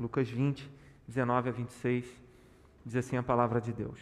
Lucas 20, 19 a 26, diz assim a palavra de Deus.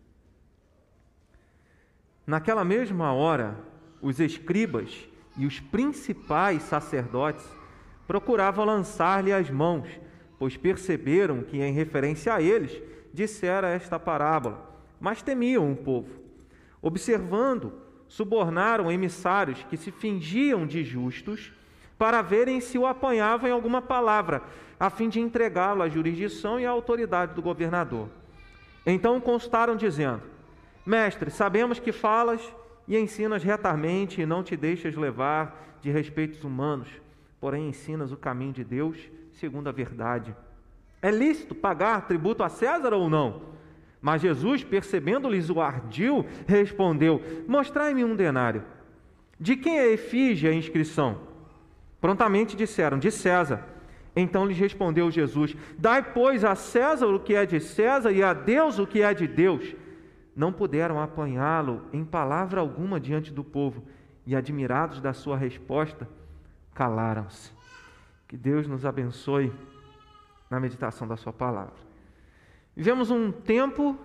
Naquela mesma hora, os escribas e os principais sacerdotes procuravam lançar-lhe as mãos, pois perceberam que, em referência a eles, dissera esta parábola, mas temiam o povo. Observando, subornaram emissários que se fingiam de justos para verem se o apanhavam em alguma palavra, a fim de entregá-lo à jurisdição e à autoridade do governador. Então constaram dizendo: Mestre, sabemos que falas e ensinas retamente e não te deixas levar de respeitos humanos, porém ensinas o caminho de Deus segundo a verdade. É lícito pagar tributo a César ou não? Mas Jesus, percebendo-lhes o ardil, respondeu: Mostrai-me um denário. De quem é a efígie a inscrição? Prontamente disseram: de César. Então lhes respondeu Jesus: Dai, pois, a César o que é de César e a Deus o que é de Deus. Não puderam apanhá-lo em palavra alguma diante do povo, e, admirados da sua resposta, calaram-se. Que Deus nos abençoe na meditação da sua palavra. Vivemos um tempo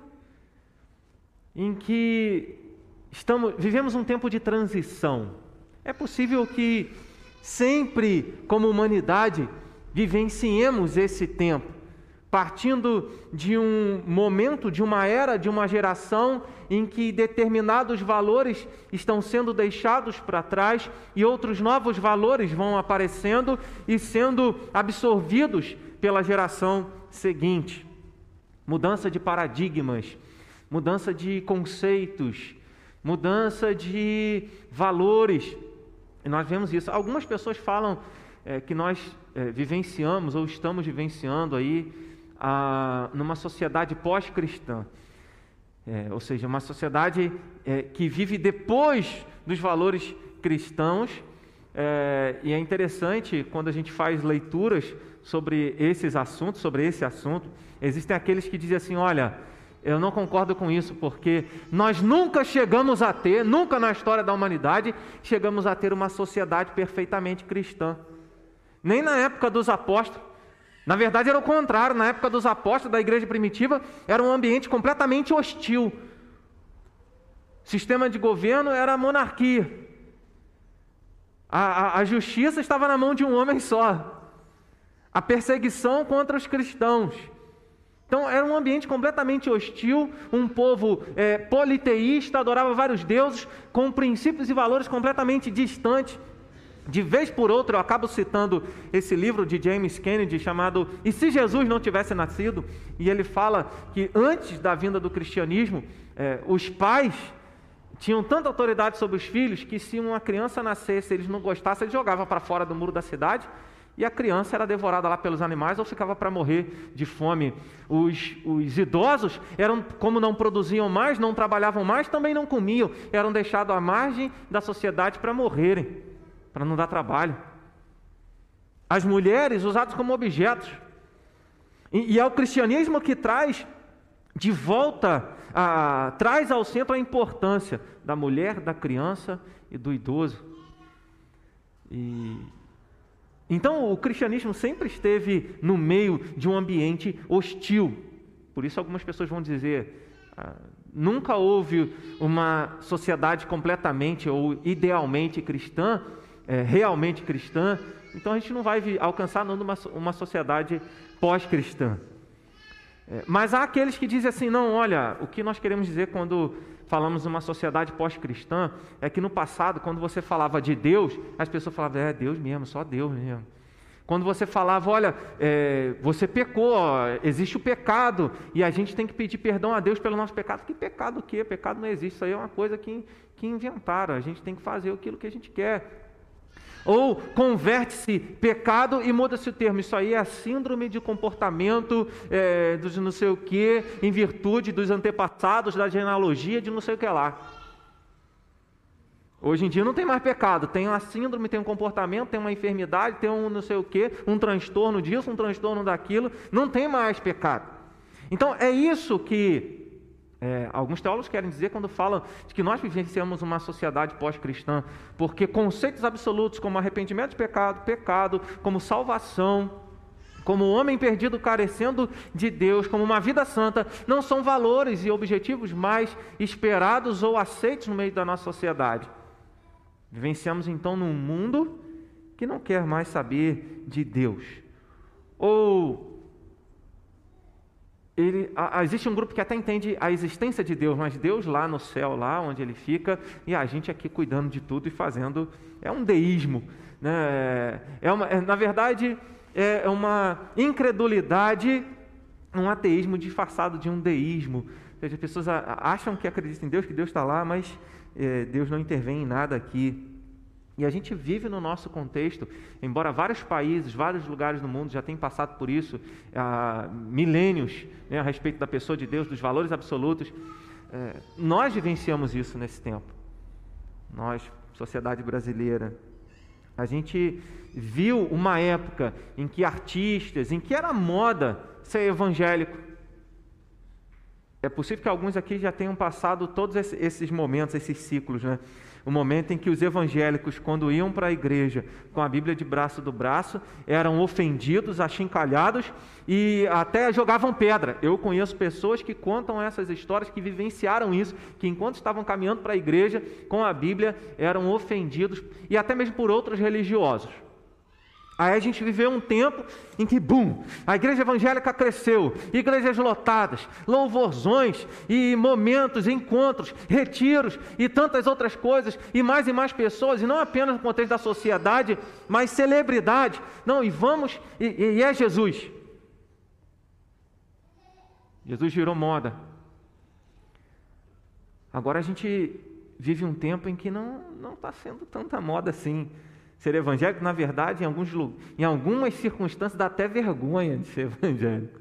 em que vivemos um tempo de transição. É possível que sempre, como humanidade, vivenciemos esse tempo, partindo de um momento, de uma era, de uma geração em que determinados valores estão sendo deixados para trás e outros novos valores vão aparecendo e sendo absorvidos pela geração seguinte. Mudança de paradigmas, mudança de conceitos, mudança de valores. E nós vemos isso. Algumas pessoas falam que nós vivenciamos ou estamos vivenciando aí numa sociedade pós-cristã, ou seja, uma sociedade que vive depois dos valores cristãos, e é interessante quando a gente faz leituras sobre esses assuntos, sobre esse assunto, existem aqueles que dizem assim: olha, eu não concordo com isso, porque nós nunca chegamos a ter, nunca na história da humanidade, chegamos a ter uma sociedade perfeitamente cristã, nem na época dos apóstolos. Na verdade era o contrário, na época dos apóstolos, da igreja primitiva, era um ambiente completamente hostil. O sistema de governo era a monarquia. A justiça estava na mão de um homem só. A perseguição contra os cristãos. Então era um ambiente completamente hostil, um povo politeísta, adorava vários deuses, com princípios e valores completamente distantes. De vez por outra, eu acabo citando esse livro de James Kennedy chamado E se Jesus não tivesse nascido? E ele fala que antes da vinda do cristianismo, os pais tinham tanta autoridade sobre os filhos que se uma criança nascesse, eles não gostassem, eles jogavam para fora do muro da cidade e a criança era devorada lá pelos animais ou ficava para morrer de fome. Os idosos, como não produziam mais, não trabalhavam mais, também não comiam, eram deixados à margem da sociedade para morrerem, para não dar trabalho. As mulheres usadas como objetos. E é o cristianismo que traz de volta, traz ao centro a importância da mulher, da criança e do idoso. Então o cristianismo sempre esteve no meio de um ambiente hostil. Por isso algumas pessoas vão dizer, nunca houve uma sociedade completamente ou idealmente cristã, realmente cristã, então a gente não vai alcançar uma sociedade pós-cristã. Mas há aqueles que dizem assim: não, olha, o que nós queremos dizer quando falamos de uma sociedade pós-cristã é que no passado, quando você falava de Deus, as pessoas falavam: Deus mesmo, só Deus mesmo. Quando você falava: olha, você pecou, existe o pecado e a gente tem que pedir perdão a Deus pelo nosso pecado. Que pecado o quê? Pecado não existe, isso aí é uma coisa que inventaram, a gente tem que fazer aquilo que a gente quer. Ou converte-se pecado e muda-se o termo. Isso aí é a síndrome de comportamento dos não sei o que, em virtude dos antepassados, da genealogia de não sei o que lá. Hoje em dia não tem mais pecado, tem uma síndrome, tem um comportamento, tem uma enfermidade, tem um não sei o que, um transtorno disso, um transtorno daquilo, não tem mais pecado. Então é isso que alguns teólogos querem dizer quando falam de que nós vivenciamos uma sociedade pós-cristã, porque conceitos absolutos como arrependimento de pecado, como salvação, como o homem perdido carecendo de Deus, como uma vida santa, não são valores e objetivos mais esperados ou aceitos no meio da nossa sociedade. Vivenciamos então num mundo que não quer mais saber de Deus. Existe um grupo que até entende a existência de Deus, mas Deus lá no céu, lá onde Ele fica, e a gente aqui cuidando de tudo e fazendo, é um deísmo, né? Na verdade, é uma incredulidade, um ateísmo disfarçado de um deísmo. Ou seja, as pessoas acham que acreditam em Deus, que Deus está lá, mas Deus não intervém em nada aqui. E a gente vive no nosso contexto, embora vários países, vários lugares do mundo já tenham passado por isso há milênios, né, a respeito da pessoa de Deus, dos valores absolutos, nós vivenciamos isso nesse tempo. Nós, sociedade brasileira, a gente viu uma época em que artistas, em que era moda ser evangélico. É possível que alguns aqui já tenham passado todos esses momentos, esses ciclos, né? O momento em que os evangélicos, quando iam para a igreja com a Bíblia debaixo do braço, eram ofendidos, achincalhados e até jogavam pedra. Eu conheço pessoas que contam essas histórias, que vivenciaram isso, que enquanto estavam caminhando para a igreja com a Bíblia, eram ofendidos e até mesmo por outros religiosos. Aí a gente viveu um tempo em que, a igreja evangélica cresceu, igrejas lotadas, louvorzões e momentos, encontros, retiros e tantas outras coisas, e mais pessoas, e não apenas no contexto da sociedade, mas celebridade. Não, e é Jesus. Jesus virou moda. Agora a gente vive um tempo em que não está sendo tanta moda assim. Ser evangélico, na verdade, em algumas circunstâncias, dá até vergonha de ser evangélico.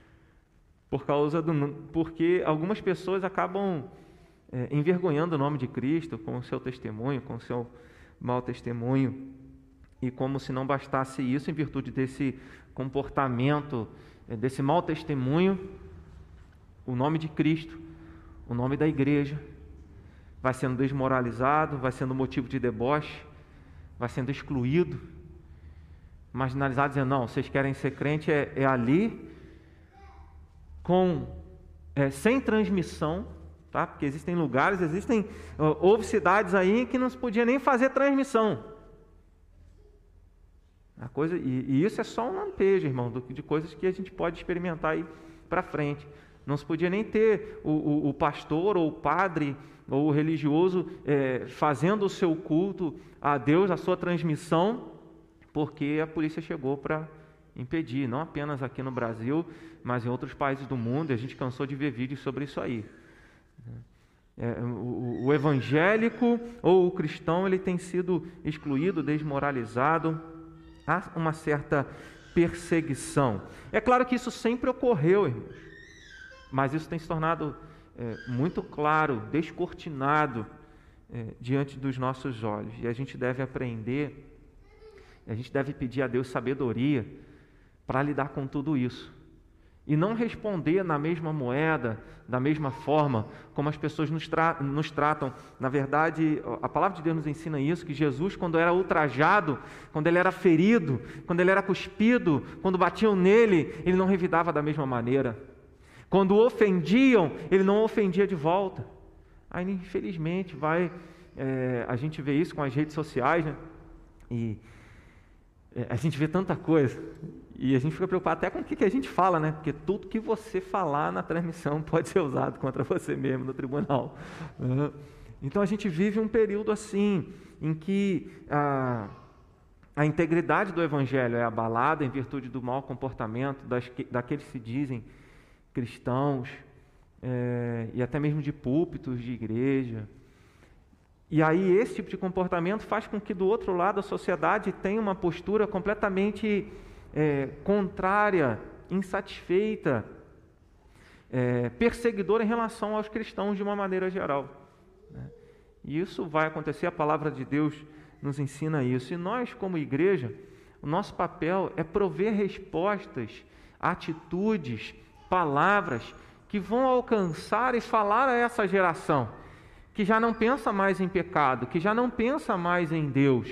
Porque algumas pessoas acabam envergonhando o nome de Cristo com o seu testemunho, com o seu mau testemunho. E como se não bastasse isso, em virtude desse comportamento, desse mau testemunho, o nome de Cristo, o nome da igreja, vai sendo desmoralizado, vai sendo motivo de deboche, vai sendo excluído, marginalizado, dizendo, não, vocês querem ser crente, ali, sem transmissão, tá? Porque existem lugares, houve cidades aí que não se podia nem fazer transmissão. E isso é só um lampejo, irmão, de coisas que a gente pode experimentar aí para frente. Não se podia nem ter o pastor ou o padre ou o religioso fazendo o seu culto a Deus, a sua transmissão, porque a polícia chegou para impedir, não apenas aqui no Brasil, mas em outros países do mundo, e a gente cansou de ver vídeos sobre isso aí. O evangélico ou o cristão, ele tem sido excluído, desmoralizado, há uma certa perseguição. É claro que isso sempre ocorreu, irmãos, mas isso tem se tornado muito claro, descortinado diante dos nossos olhos. E a gente deve aprender, a gente deve pedir a Deus sabedoria para lidar com tudo isso. E não responder na mesma moeda, da mesma forma como as pessoas nos tratam. Na verdade, a palavra de Deus nos ensina isso, que Jesus, quando era ultrajado, quando ele era ferido, quando ele era cuspido, quando batiam nele, ele não revidava da mesma maneira. Quando o ofendiam, ele não ofendia de volta. Aí, infelizmente, a gente vê isso com as redes sociais, né? E a gente vê tanta coisa. E a gente fica preocupado até com o que a gente fala, né? Porque tudo que você falar na transmissão pode ser usado contra você mesmo no tribunal. Então, a gente vive um período assim, em que a integridade do Evangelho é abalada em virtude do mau comportamento daqueles que se dizem cristãos, e até mesmo de púlpitos de igreja. E aí esse tipo de comportamento faz com que do outro lado a sociedade tenha uma postura completamente contrária, insatisfeita, perseguidora em relação aos cristãos de uma maneira geral, né? E isso vai acontecer, a palavra de Deus nos ensina isso. E nós, como igreja, o nosso papel é prover respostas, atitudes, palavras que vão alcançar e falar a essa geração que já não pensa mais em pecado, que já não pensa mais em Deus,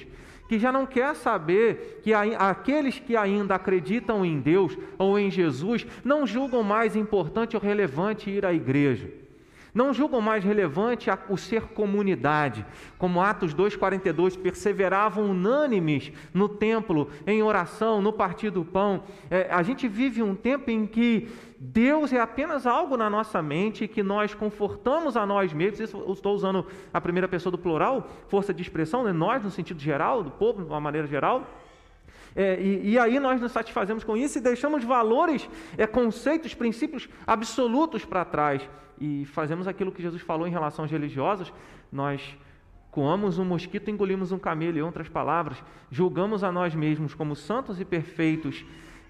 que já não quer saber que aqueles que ainda acreditam em Deus ou em Jesus não julgam mais importante ou relevante ir à igreja. Não julgam mais relevante o ser comunidade, como Atos 2,42, perseveravam unânimes no templo, em oração, no partir do pão. A gente vive um tempo em que Deus é apenas algo na nossa mente, que nós confortamos a nós mesmos. Isso, eu estou usando a primeira pessoa do plural, força de expressão, né? Nós no sentido geral, do povo de uma maneira geral. E aí nós nos satisfazemos com isso e deixamos valores, conceitos, princípios absolutos para trás. E fazemos aquilo que Jesus falou em relação aos religiosos. Nós coamos um mosquito e engolimos um camelo. Em outras palavras, julgamos a nós mesmos como santos e perfeitos,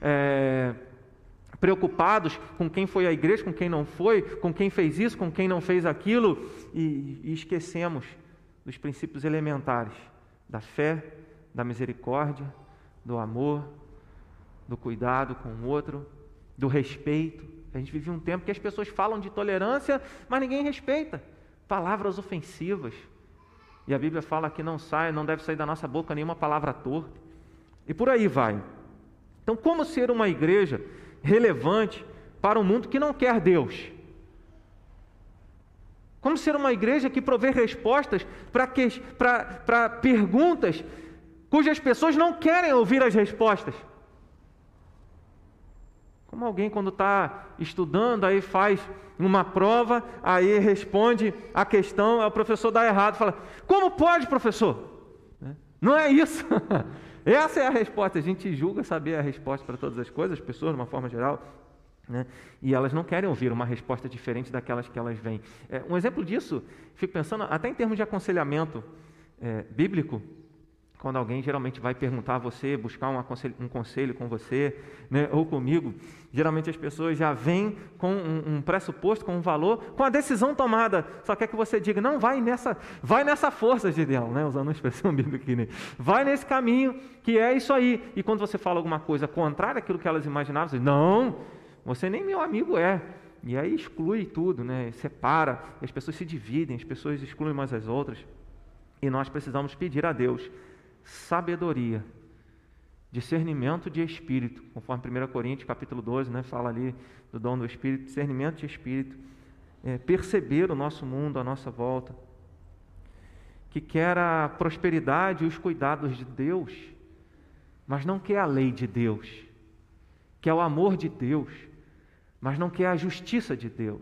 preocupados com quem foi à igreja, com quem não foi, com quem fez isso, com quem não fez aquilo, e esquecemos dos princípios elementares da fé, da misericórdia, do amor, do cuidado com o outro, do respeito. A gente vive um tempo que as pessoas falam de tolerância, mas ninguém respeita. Palavras ofensivas. E a Bíblia fala que não deve sair da nossa boca nenhuma palavra torpe. E por aí vai. Então, como ser uma igreja relevante para um mundo que não quer Deus? Como ser uma igreja que provê respostas para perguntas cujas pessoas não querem ouvir as respostas? Como alguém quando está estudando, aí faz uma prova, aí responde a questão, o professor dá errado, fala: como pode, professor? Não é isso. Essa é a resposta. A gente julga saber a resposta para todas as coisas, as pessoas de uma forma geral, né? E elas não querem ouvir uma resposta diferente daquelas que elas veem. Um exemplo disso, fico pensando até em termos de aconselhamento bíblico. Quando alguém geralmente vai perguntar a você, buscar um conselho com você, né, ou comigo, geralmente as pessoas já vêm com um pressuposto, com um valor, com a decisão tomada. Só quer que você diga: não, vai nessa força, Gideão, né, usando uma expressão bíblica aqui, né? Vai nesse caminho, que é isso aí. E quando você fala alguma coisa contrária àquilo que elas imaginavam, você diz: não, você nem meu amigo é. E aí exclui tudo, né? Separa, as pessoas se dividem, as pessoas excluem umas às outras. E nós precisamos pedir a Deus sabedoria, discernimento de espírito, conforme 1 Coríntios capítulo 12, né, fala ali do dom do espírito, discernimento de espírito, perceber o nosso mundo à nossa volta, que quer a prosperidade e os cuidados de Deus, mas não quer a lei de Deus, quer o amor de Deus, mas não quer a justiça de Deus,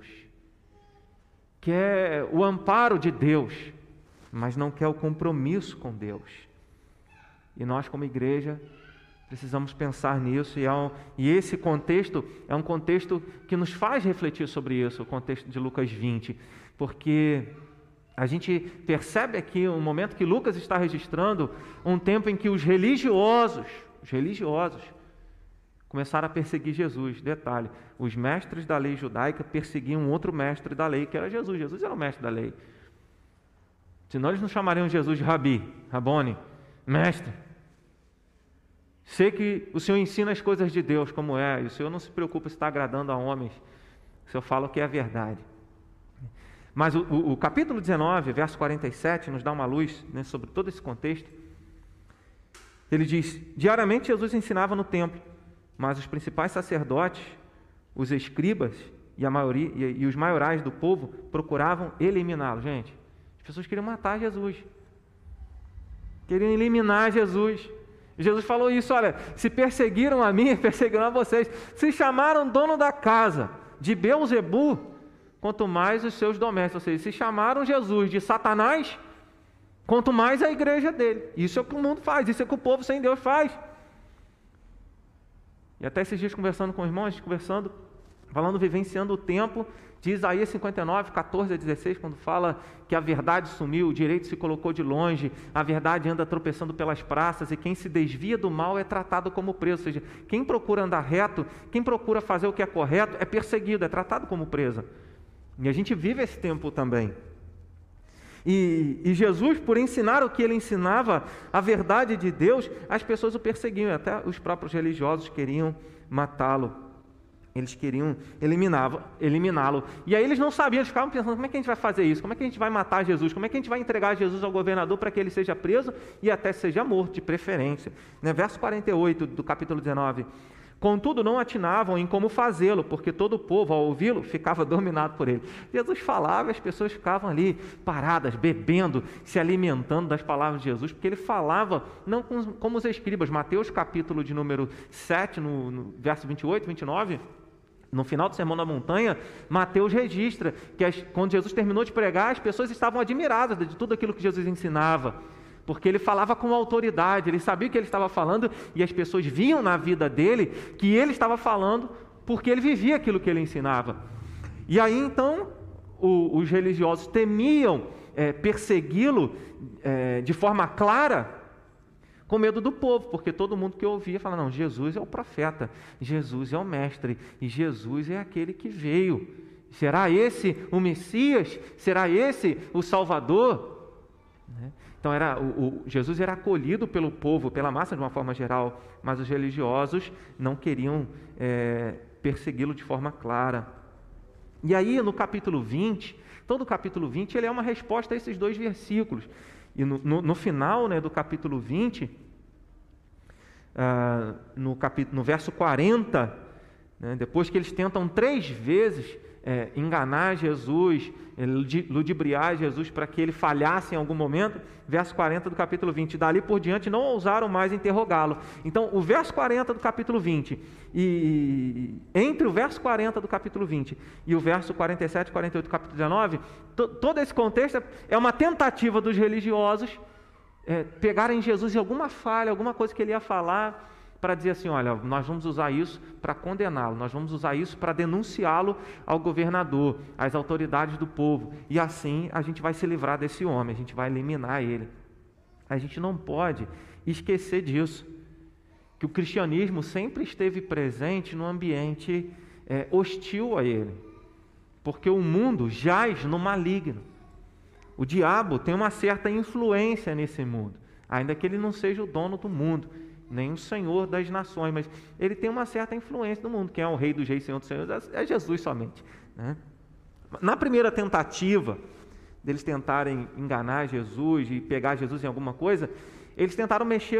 quer o amparo de Deus, mas não quer o compromisso com Deus. E nós, como igreja, precisamos pensar nisso, e esse contexto é um contexto que nos faz refletir sobre isso, o contexto de Lucas 20, porque a gente percebe aqui um momento que Lucas está registrando, um tempo em que os religiosos começaram a perseguir Jesus. Detalhe, os mestres da lei judaica perseguiam outro mestre da lei, que era Jesus. Jesus era o mestre da lei. Senão eles não chamariam Jesus de Rabone, mestre. Sei que o Senhor ensina as coisas de Deus como é, e o Senhor não se preocupa se está agradando a homens. O Senhor fala o que é a verdade. Mas o capítulo 19, verso 47, nos dá uma luz, né, sobre todo esse contexto. Ele diz: diariamente Jesus ensinava no templo, mas os principais sacerdotes, os escribas e os maiorais do povo procuravam eliminá-lo. Gente, as pessoas queriam matar Jesus, queriam eliminar Jesus. Jesus falou isso: olha, se perseguiram a mim, perseguiram a vocês. Se chamaram dono da casa de Beelzebu, quanto mais os seus domésticos. Ou seja, se chamaram Jesus de Satanás, quanto mais a igreja dele. Isso é o que o mundo faz, isso é o que o povo sem Deus faz. E até esses dias conversando com irmãos, vivenciando o tempo de Isaías 59, 14 a 16, quando fala que a verdade sumiu, o direito se colocou de longe, a verdade anda tropeçando pelas praças, e quem se desvia do mal é tratado como preso. Ou seja, quem procura andar reto, quem procura fazer o que é correto, é perseguido, é tratado como presa. E a gente vive esse tempo também. E Jesus, por ensinar o que ele ensinava, a verdade de Deus, as pessoas o perseguiam, até os próprios religiosos queriam matá-lo. Eles queriam eliminá-lo. E aí eles não sabiam, eles ficavam pensando, como é que a gente vai fazer isso? Como é que a gente vai matar Jesus? Como é que a gente vai entregar Jesus ao governador para que ele seja preso e até seja morto, de preferência? Verso 48 do capítulo 19. Contudo, não atinavam em como fazê-lo, porque todo o povo, ao ouvi-lo, ficava dominado por ele. Jesus falava e as pessoas ficavam ali, paradas, bebendo, se alimentando das palavras de Jesus, porque ele falava, não como os escribas. Mateus, capítulo de número 7, no verso 28, 29... No final do Sermão da Montanha, Mateus registra que quando Jesus terminou de pregar, as pessoas estavam admiradas de tudo aquilo que Jesus ensinava, porque ele falava com autoridade, ele sabia o que ele estava falando e as pessoas viam na vida dele que ele estava falando porque ele vivia aquilo que ele ensinava. E aí então os religiosos temiam persegui-lo de forma clara, com medo do povo, porque todo mundo que ouvia falava, não, Jesus é o profeta, Jesus é o mestre, e Jesus é aquele que veio. Será esse o Messias? Será esse o Salvador? Então Jesus era acolhido pelo povo, pela massa de uma forma geral, mas os religiosos não queriam persegui-lo de forma clara. E aí no capítulo 20, todo o capítulo 20 ele é uma resposta a esses dois versículos. E no final do capítulo 20, no verso 40, depois que eles tentam 3 vezes enganar Jesus, ludibriar Jesus para que ele falhasse em algum momento, verso 40 do capítulo 20, dali por diante não ousaram mais interrogá-lo. Então, o verso 40 do capítulo 20, e entre o verso 40 do capítulo 20 e o verso 47 e 48 do capítulo 19, todo esse contexto é uma tentativa dos religiosos pegarem Jesus em alguma falha, alguma coisa que ele ia falar, para dizer assim, olha, nós vamos usar isso para condená-lo, nós vamos usar isso para denunciá-lo ao governador, às autoridades do povo, e assim a gente vai se livrar desse homem, a gente vai eliminar ele. A gente não pode esquecer disso, que o cristianismo sempre esteve presente no ambiente hostil a ele, porque o mundo jaz no maligno. O diabo tem uma certa influência nesse mundo, ainda que ele não seja o dono do mundo, nem o Senhor das nações, mas ele tem uma certa influência no mundo. Quem é o Rei dos Reis, Senhor dos Senhores, é Jesus somente, Na primeira tentativa deles tentarem enganar Jesus e pegar Jesus em alguma coisa, eles tentaram mexer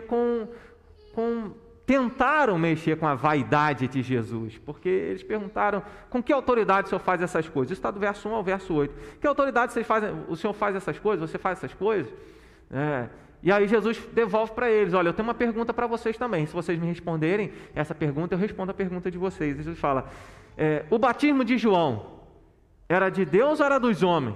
tentaram mexer com a vaidade de Jesus, porque eles perguntaram, com que autoridade o Senhor faz essas coisas? Isso está do verso 1 ao verso 8. Que autoridade o Senhor faz essas coisas? Você faz essas coisas? E aí Jesus devolve para eles, olha, eu tenho uma pergunta para vocês também, se vocês me responderem essa pergunta, eu respondo a pergunta de vocês. Jesus fala, o batismo de João era de Deus ou era dos homens?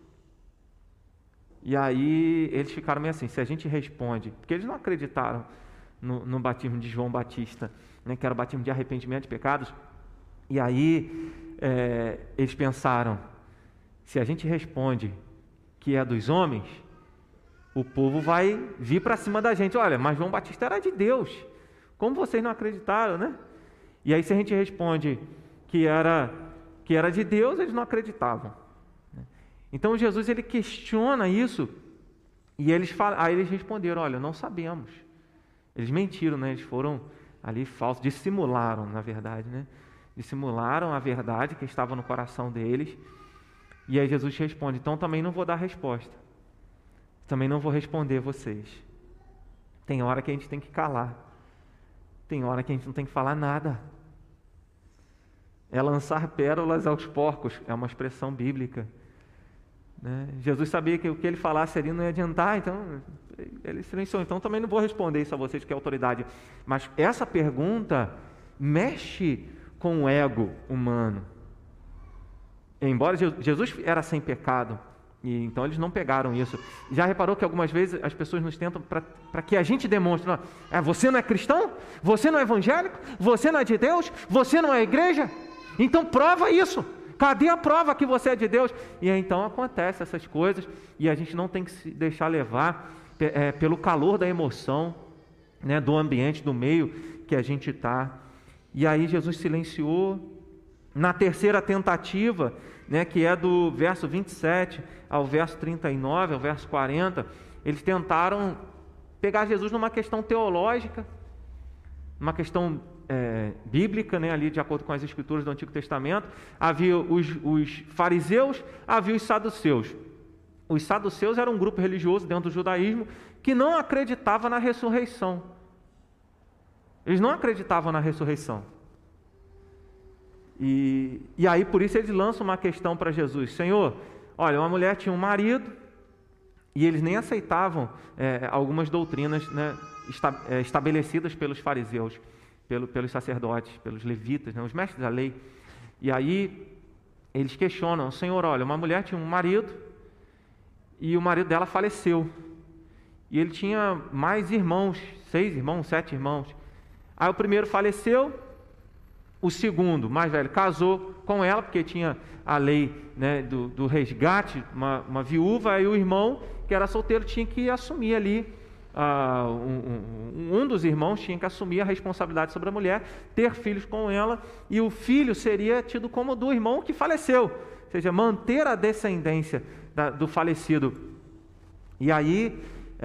E aí eles ficaram meio assim, se a gente responde, porque eles não acreditaram no batismo de João Batista, que era o batismo de arrependimento de pecados, e aí eles pensaram, se a gente responde que é dos homens, o povo vai vir para cima da gente. Olha, mas João Batista era de Deus. Como vocês não acreditaram, E aí se a gente responde que era de Deus, eles não acreditavam. Então Jesus ele questiona isso e aí eles responderam, olha, não sabemos. Eles mentiram, Eles foram ali falsos, dissimularam, na verdade, Dissimularam a verdade que estava no coração deles. E aí Jesus responde, então também não vou dar resposta. Também não vou responder vocês. Tem hora que a gente tem que calar. Tem hora que a gente não tem que falar nada. É lançar pérolas aos porcos. É uma expressão bíblica. Jesus sabia que o que ele falasse ali não ia adiantar, então ele silenciou. Então também não vou responder isso a vocês, que é autoridade. Mas essa pergunta mexe com o ego humano. Embora Jesus era sem pecado, e então eles não pegaram isso. Já reparou que algumas vezes as pessoas nos tentam para que a gente demonstre, você não é cristão? Você não é evangélico? Você não é de Deus? Você não é igreja? Então prova isso. Cadê a prova que você é de Deus? E então acontecem essas coisas e a gente não tem que se deixar levar pelo calor da emoção, do ambiente, do meio que a gente está. E aí Jesus silenciou. Na terceira tentativa, que é do verso 27 ao verso 39, ao verso 40, eles tentaram pegar Jesus numa questão teológica, uma questão bíblica, né, ali de acordo com as escrituras do Antigo Testamento. Havia os fariseus, havia os saduceus. Os saduceus eram um grupo religioso dentro do judaísmo que não acreditava na ressurreição. Eles não acreditavam na ressurreição. E aí, por isso, eles lançam uma questão para Jesus. Senhor, olha, uma mulher tinha um marido e eles nem aceitavam algumas doutrinas, né, estabelecidas pelos fariseus, pelos sacerdotes, pelos levitas, né, os mestres da lei. E aí, eles questionam, Senhor, olha, uma mulher tinha um marido e o marido dela faleceu. E ele tinha mais irmãos, 6 irmãos, 7 irmãos. Aí o primeiro faleceu, o segundo, mais velho, casou com ela, porque tinha a lei, né, do resgate, uma viúva, aí o irmão, que era solteiro, tinha que assumir ali, um dos irmãos tinha que assumir a responsabilidade sobre a mulher, ter filhos com ela, e o filho seria tido como do irmão que faleceu, ou seja, manter a descendência do falecido. E aí,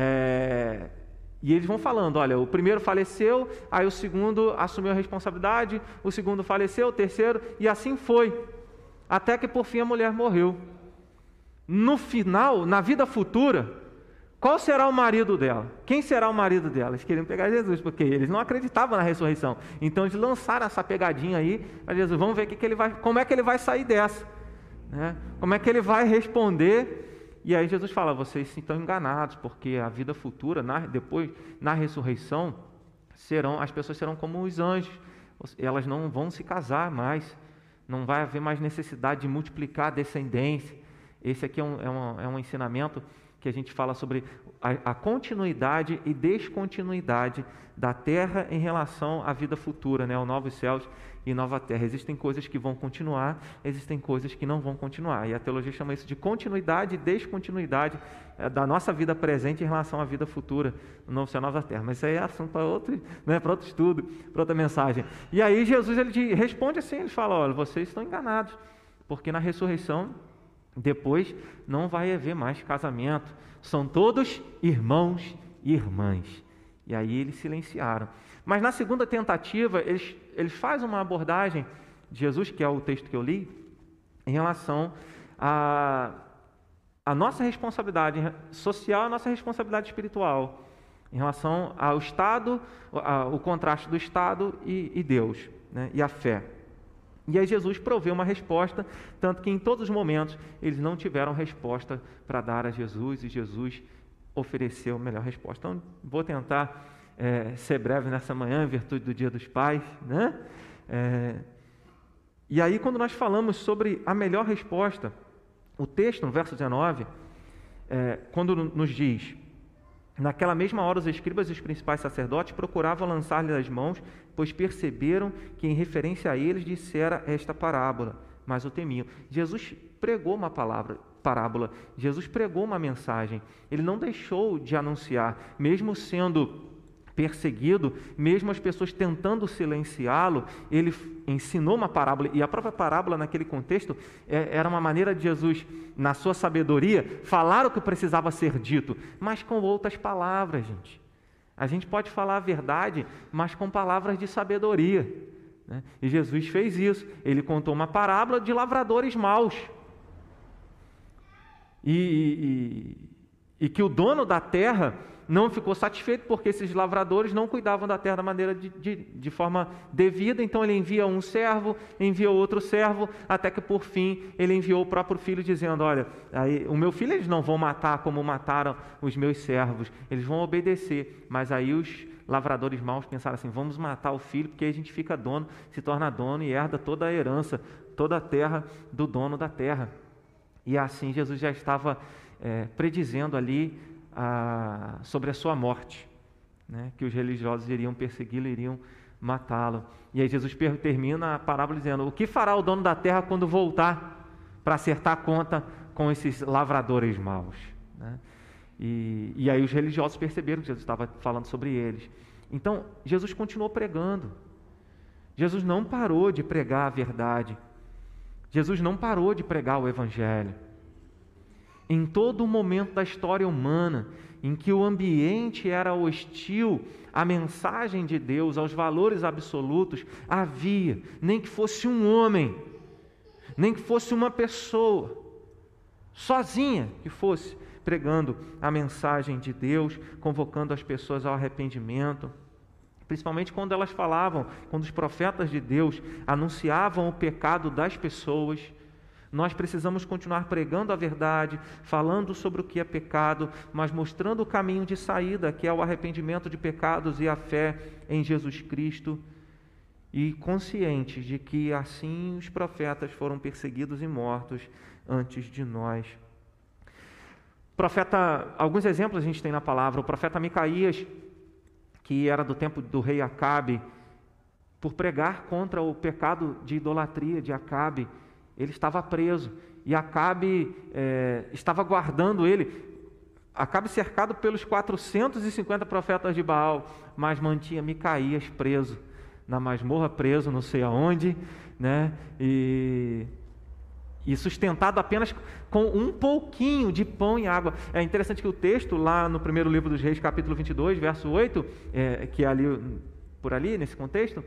e eles vão falando, olha, o primeiro faleceu, aí o segundo assumiu a responsabilidade, o segundo faleceu, o terceiro, e assim foi, até que por fim a mulher morreu. No final, na vida futura, qual será o marido dela? Quem será o marido dela? Eles queriam pegar Jesus, porque eles não acreditavam na ressurreição. Então eles lançaram essa pegadinha aí para Jesus, vamos ver como é que ele vai sair dessa, né? Como é que ele vai responder? E aí Jesus fala, vocês estão enganados, porque a vida futura, depois, na ressurreição, as pessoas serão como os anjos, elas não vão se casar mais, não vai haver mais necessidade de multiplicar a descendência. Esse aqui é um ensinamento que a gente fala sobre a continuidade e descontinuidade da terra em relação à vida futura, né, aos novos céus e nova terra. Existem coisas que vão continuar, existem coisas que não vão continuar. E a teologia chama isso de continuidade e descontinuidade da nossa vida presente em relação à vida futura, no novo céu e nova terra. Mas isso aí é assunto para outro, né, para outro estudo, para outra mensagem. E aí Jesus ele responde assim, ele fala, olha, vocês estão enganados, porque na ressurreição, depois, não vai haver mais casamento. São todos irmãos e irmãs. E aí eles silenciaram. Mas na segunda tentativa, eles fazem uma abordagem de Jesus, que é o texto que eu li, em relação à nossa responsabilidade social, a nossa responsabilidade espiritual, em relação ao Estado, o contraste do Estado e Deus, né, e a fé. E aí Jesus proveu uma resposta, tanto que em todos os momentos eles não tiveram resposta para dar a Jesus, e Jesus ofereceu a melhor resposta. Então, vou tentar ser breve nessa manhã, em virtude do Dia dos Pais, né? E aí, quando nós falamos sobre a melhor resposta, o texto, no verso 19, quando nos diz, naquela mesma hora os escribas e os principais sacerdotes procuravam lançar-lhe as mãos, pois perceberam que em referência a eles dissera esta parábola, mas o temiam. Jesus pregou uma parábola, Jesus pregou uma mensagem, ele não deixou de anunciar, mesmo sendo perseguido, mesmo as pessoas tentando silenciá-lo, ele ensinou uma parábola, e a própria parábola naquele contexto era uma maneira de Jesus, na sua sabedoria, falar o que precisava ser dito, mas com outras palavras, gente. A gente pode falar a verdade, mas com palavras de sabedoria, né? E Jesus fez isso, ele contou uma parábola de lavradores maus, e que o dono da terra não ficou satisfeito porque esses lavradores não cuidavam da terra da maneira de forma devida, então ele envia um servo, envia outro servo, até que por fim ele enviou o próprio filho dizendo, olha, aí, o meu filho eles não vão matar como mataram os meus servos, eles vão obedecer. Mas aí os lavradores maus pensaram assim, vamos matar o filho porque aí a gente fica dono, se torna dono e herda toda a herança, toda a terra do dono da terra. E assim Jesus já estava predizendo ali sobre a sua morte, né? Que os religiosos iriam persegui-lo, iriam matá-lo. E aí Jesus termina a parábola dizendo, o que fará o dono da terra quando voltar para acertar a conta com esses lavradores maus, né? E aí os religiosos perceberam que Jesus estava falando sobre eles. Então Jesus continuou pregando, Jesus não parou de pregar a verdade, Jesus não parou de pregar o Evangelho. Em todo momento da história humana, em que o ambiente era hostil à mensagem de Deus, aos valores absolutos, havia, nem que fosse um homem, nem que fosse uma pessoa, sozinha que fosse, pregando a mensagem de Deus, convocando as pessoas ao arrependimento, principalmente quando elas falavam, quando os profetas de Deus anunciavam o pecado das pessoas. Nós precisamos continuar pregando a verdade, falando sobre o que é pecado, mas mostrando o caminho de saída, que é o arrependimento de pecados e a fé em Jesus Cristo, e conscientes de que assim os profetas foram perseguidos e mortos antes de nós. Alguns exemplos a gente tem na palavra. O profeta Micaías, que era do tempo do rei Acabe, por pregar contra o pecado de idolatria de Acabe, ele estava preso, e Acabe estava guardando ele. Acabe cercado pelos 450 profetas de Baal, mas mantinha Micaías preso, na masmorra, preso não sei aonde, né? E sustentado apenas com um pouquinho de pão e água. É interessante que o texto, lá no primeiro livro dos Reis, capítulo 22, verso 8, que é ali, por ali, nesse contexto,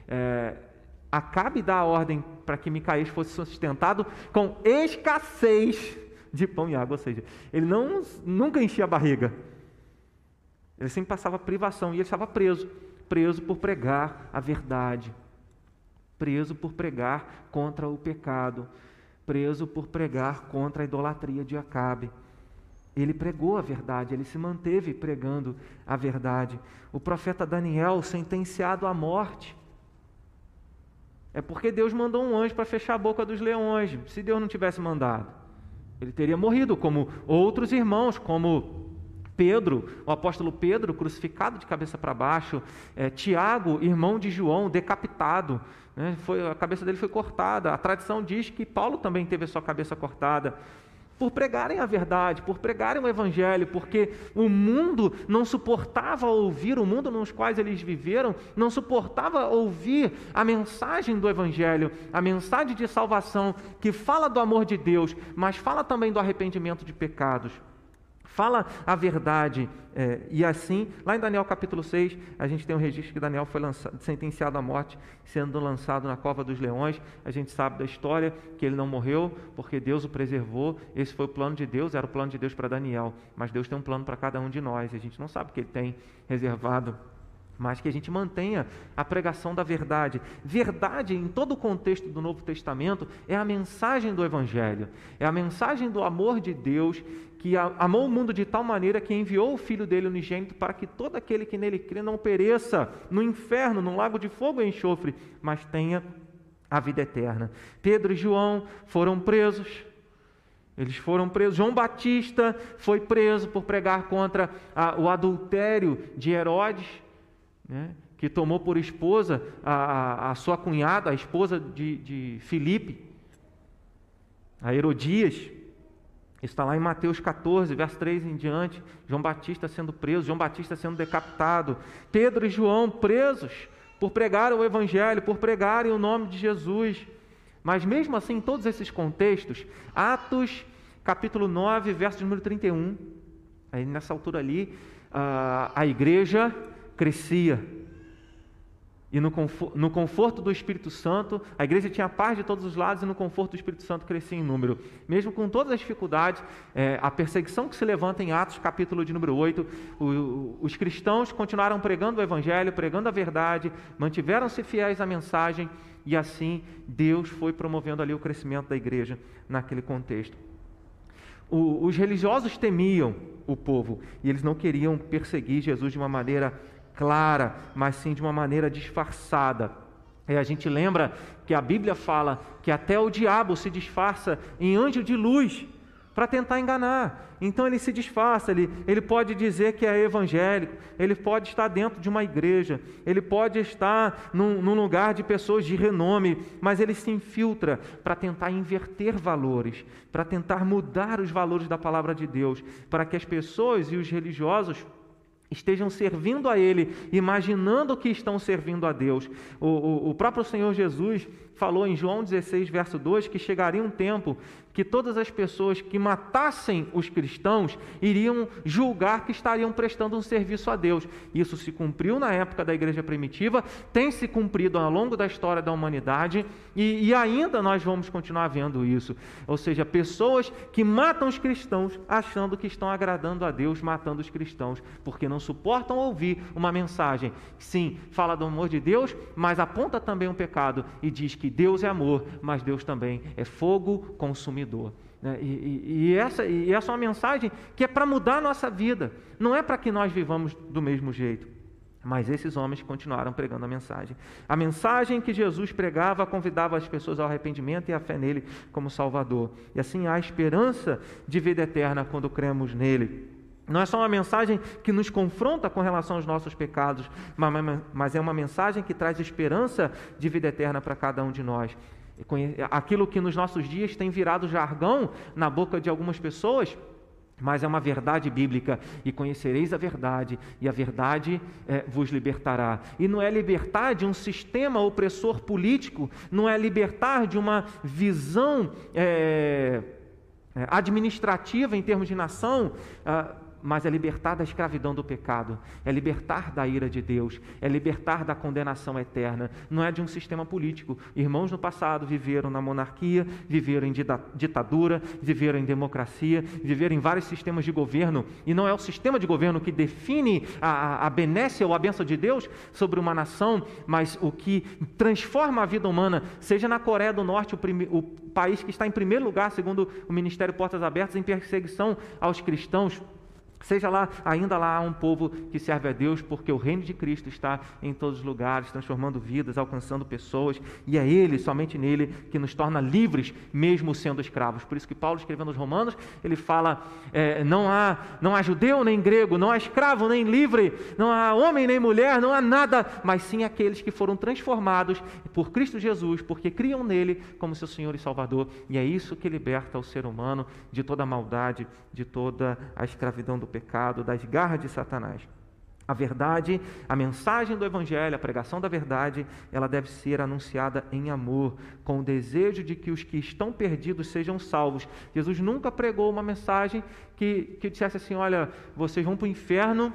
Acabe dá a ordem para que Micaías fosse sustentado com escassez de pão e água, ou seja, ele nunca enchia a barriga, ele sempre passava privação, e ele estava preso por pregar a verdade, preso por pregar contra o pecado, preso por pregar contra a idolatria de Acabe. Ele pregou a verdade, ele se manteve pregando a verdade. O profeta Daniel, sentenciado à morte, é porque Deus mandou um anjo para fechar a boca dos leões. Se Deus não tivesse mandado, ele teria morrido, como outros irmãos, como Pedro, o apóstolo Pedro, crucificado de cabeça para baixo, Tiago, irmão de João, decapitado, né? A cabeça dele foi cortada. A tradição diz que Paulo também teve a sua cabeça cortada, por pregarem a verdade, por pregarem o evangelho, porque o mundo não suportava ouvir, o mundo nos quais eles viveram, não suportava ouvir a mensagem do evangelho, a mensagem de salvação, que fala do amor de Deus, mas fala também do arrependimento de pecados. Fala a verdade, e assim, lá em Daniel capítulo 6, a gente tem um registro que Daniel foi sentenciado à morte, sendo lançado na cova dos leões. A gente sabe da história, que ele não morreu, porque Deus o preservou. Esse foi o plano de Deus, era o plano de Deus para Daniel, mas Deus tem um plano para cada um de nós, e a gente não sabe o que ele tem reservado, mas que a gente mantenha a pregação da verdade. Verdade, em todo o contexto do Novo Testamento, é a mensagem do Evangelho, é a mensagem do amor de Deus, que amou o mundo de tal maneira que enviou o Filho dele unigênito para que todo aquele que nele crê não pereça no inferno, num lago de fogo e enxofre, mas tenha a vida eterna. Pedro e João foram presos. Eles foram presos. João Batista foi preso por pregar contra o adultério de Herodes, né, que tomou por esposa a sua cunhada, a esposa de Filipe, a Herodias. Isso está lá em Mateus 14, verso 3 em diante. João Batista sendo preso, João Batista sendo decapitado. Pedro e João presos por pregarem o evangelho, por pregarem o nome de Jesus. Mas mesmo assim, em todos esses contextos, Atos capítulo 9, verso número 31, aí nessa altura ali, a igreja crescia, e no conforto do Espírito Santo, a igreja tinha paz de todos os lados, e no conforto do Espírito Santo crescia em número. Mesmo com todas as dificuldades, a perseguição que se levanta em Atos, capítulo de número 8, os cristãos continuaram pregando o Evangelho, pregando a verdade, mantiveram-se fiéis à mensagem, e assim Deus foi promovendo ali o crescimento da igreja naquele contexto. Os religiosos temiam o povo, e eles não queriam perseguir Jesus de uma maneira clara, mas sim de uma maneira disfarçada. A gente lembra que a Bíblia fala que até o diabo se disfarça em anjo de luz para tentar enganar. Então ele se disfarça, ele pode dizer que é evangélico, ele pode estar dentro de uma igreja, ele pode estar num lugar de pessoas de renome, mas ele se infiltra para tentar inverter valores, para tentar mudar os valores da palavra de Deus, para que as pessoas e os religiosos estejam servindo a Ele, imaginando que estão servindo a Deus. O próprio Senhor Jesus falou em João 16, verso 2, que chegaria um tempo que todas as pessoas que matassem os cristãos iriam julgar que estariam prestando um serviço a Deus. Isso se cumpriu na época da igreja primitiva, tem se cumprido ao longo da história da humanidade e ainda nós vamos continuar vendo isso. Ou seja, pessoas que matam os cristãos achando que estão agradando a Deus matando os cristãos, porque não suportam ouvir uma mensagem. Sim, fala do amor de Deus, mas aponta também um pecado e diz que Deus é amor, mas Deus também é fogo consumidor. E essa é uma mensagem que é para mudar a nossa vida, não é para que nós vivamos do mesmo jeito. Mas esses homens continuaram pregando a mensagem. A mensagem que Jesus pregava convidava as pessoas ao arrependimento e à fé nele como Salvador. E assim há esperança de vida eterna quando cremos nele. Não é só uma mensagem que nos confronta com relação aos nossos pecados, mas é uma mensagem que traz esperança de vida eterna para cada um de nós. Aquilo que nos nossos dias tem virado jargão na boca de algumas pessoas, mas é uma verdade bíblica: e conhecereis a verdade, e a verdade vos libertará. E não é libertar de um sistema opressor político, não é libertar de uma visão administrativa em termos de nação, mas é libertar da escravidão do pecado, é libertar da ira de Deus, é libertar da condenação eterna. Não é de um sistema político. Irmãos no passado viveram na monarquia, viveram em ditadura, viveram em democracia, viveram em vários sistemas de governo, e não é o sistema de governo que define a benécia ou a bênção de Deus sobre uma nação, mas o que transforma a vida humana, seja na Coreia do Norte, o país que está em primeiro lugar, segundo o Ministério Portas Abertas, em perseguição aos cristãos, seja lá, ainda lá há um povo que serve a Deus, porque o reino de Cristo está em todos os lugares, transformando vidas, alcançando pessoas, e é Ele, somente nele, que nos torna livres, mesmo sendo escravos. Por isso que Paulo, escrevendo aos Romanos, ele fala, não há judeu nem grego, não há escravo nem livre, não há homem nem mulher, não há nada, mas sim aqueles que foram transformados por Cristo Jesus, porque criam nele como seu Senhor e Salvador, e é isso que liberta o ser humano de toda a maldade, de toda a escravidão do pecado, das garras de Satanás. A verdade, a mensagem do Evangelho, a pregação da verdade, ela deve ser anunciada em amor, com o desejo de que os que estão perdidos sejam salvos. Jesus nunca pregou uma mensagem que dissesse assim: olha, vocês vão para o inferno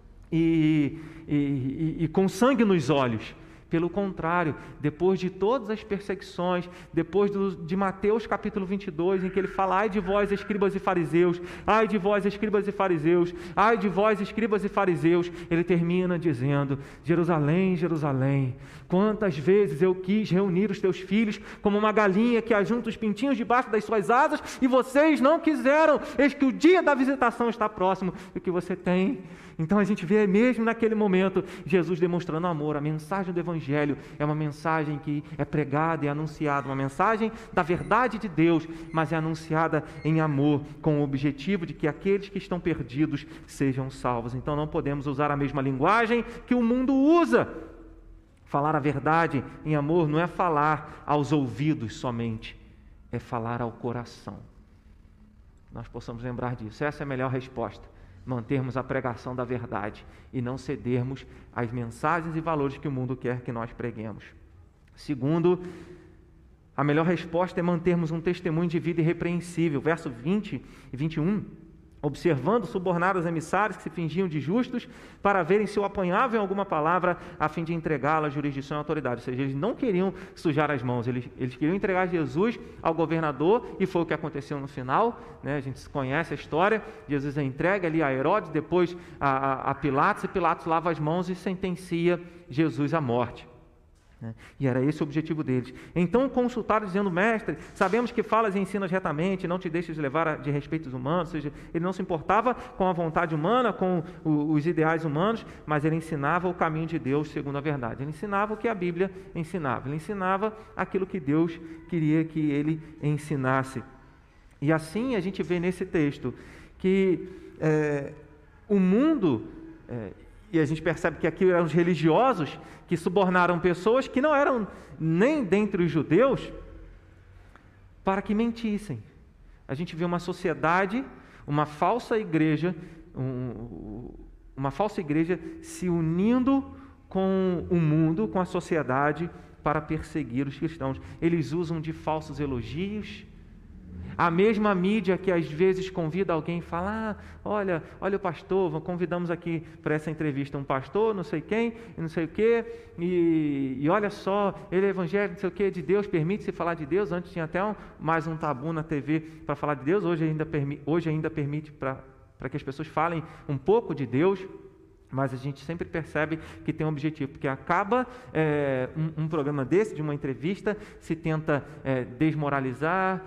e com sangue nos olhos. Pelo contrário, depois de todas as perseguições, depois de Mateus capítulo 22, em que ele fala: ai de vós, escribas e fariseus, ai de vós, escribas e fariseus, ai de vós, escribas e fariseus, ele termina dizendo: Jerusalém, Jerusalém, quantas vezes eu quis reunir os teus filhos como uma galinha que ajunta os pintinhos debaixo das suas asas, e vocês não quiseram. Eis que o dia da visitação está próximo, e o que você tem? Então a gente vê mesmo naquele momento Jesus demonstrando amor. A mensagem do Evangelho é uma mensagem que é pregada e anunciada, uma mensagem da verdade de Deus, mas é anunciada em amor, com o objetivo de que aqueles que estão perdidos sejam salvos. Então não podemos usar a mesma linguagem que o mundo usa. Falar a verdade em amor não é falar aos ouvidos somente, é falar ao coração. Nós possamos lembrar disso. Essa é a melhor resposta. Mantermos a pregação da verdade e não cedermos às mensagens e valores que o mundo quer que nós preguemos. Segundo, a melhor resposta é mantermos um testemunho de vida irrepreensível. Verso 20 e 21. Observando subornar os emissários que se fingiam de justos para verem se o apanhavam em alguma palavra a fim de entregá-la à jurisdição e autoridade. Ou seja, eles não queriam sujar as mãos, eles queriam entregar Jesus ao governador, e foi o que aconteceu no final, né? A gente conhece a história. Jesus é entregue ali a Herodes, depois a Pilatos, e Pilatos lava as mãos e sentencia Jesus à morte. E era esse o objetivo deles. Então consultaram dizendo: mestre, sabemos que falas e ensinas retamente, não te deixes levar de respeitos humanos. Ou seja, ele não se importava com a vontade humana, com os ideais humanos, mas ele ensinava o caminho de Deus segundo a verdade. Ele ensinava o que a Bíblia ensinava, ele ensinava aquilo que Deus queria que ele ensinasse. E assim a gente vê nesse texto que o mundo... E a gente percebe que aqui eram os religiosos que subornaram pessoas que não eram nem dentre os judeus para que mentissem. A gente vê uma sociedade, uma falsa igreja se unindo com o mundo, com a sociedade, para perseguir os cristãos. Eles usam de falsos elogios. A mesma mídia que às vezes convida alguém e fala: olha o pastor, convidamos aqui para essa entrevista um pastor, não sei quem, não sei o quê, e olha só, ele é evangélico, não sei o quê, de Deus, permite-se falar de Deus. Antes tinha até mais um tabu na TV para falar de Deus, hoje ainda permite para que as pessoas falem um pouco de Deus. Mas a gente sempre percebe que tem um objetivo, porque acaba um programa desse, de uma entrevista, se tenta desmoralizar,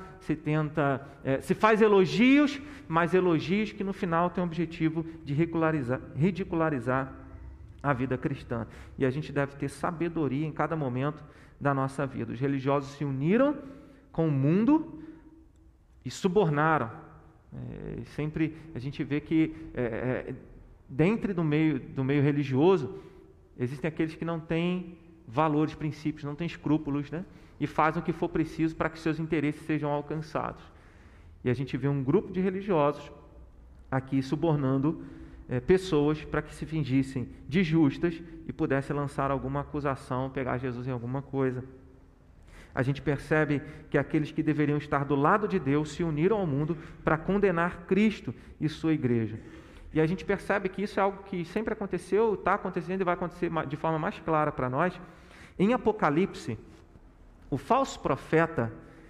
se faz elogios, mas elogios que no final têm o objetivo de ridicularizar a vida cristã. E a gente deve ter sabedoria em cada momento da nossa vida. Os religiosos se uniram com o mundo e subornaram. Sempre a gente vê que dentro do meio religioso, existem aqueles que não têm valores, princípios, não têm escrúpulos, né? E fazem o que for preciso para que seus interesses sejam alcançados. E a gente vê um grupo de religiosos aqui subornando pessoas para que se fingissem de justas e pudessem lançar alguma acusação, pegar Jesus em alguma coisa. A gente percebe que aqueles que deveriam estar do lado de Deus se uniram ao mundo para condenar Cristo e sua igreja. E a gente percebe que isso é algo que sempre aconteceu, está acontecendo e vai acontecer de forma mais clara para nós. Em Apocalipse, o falso profeta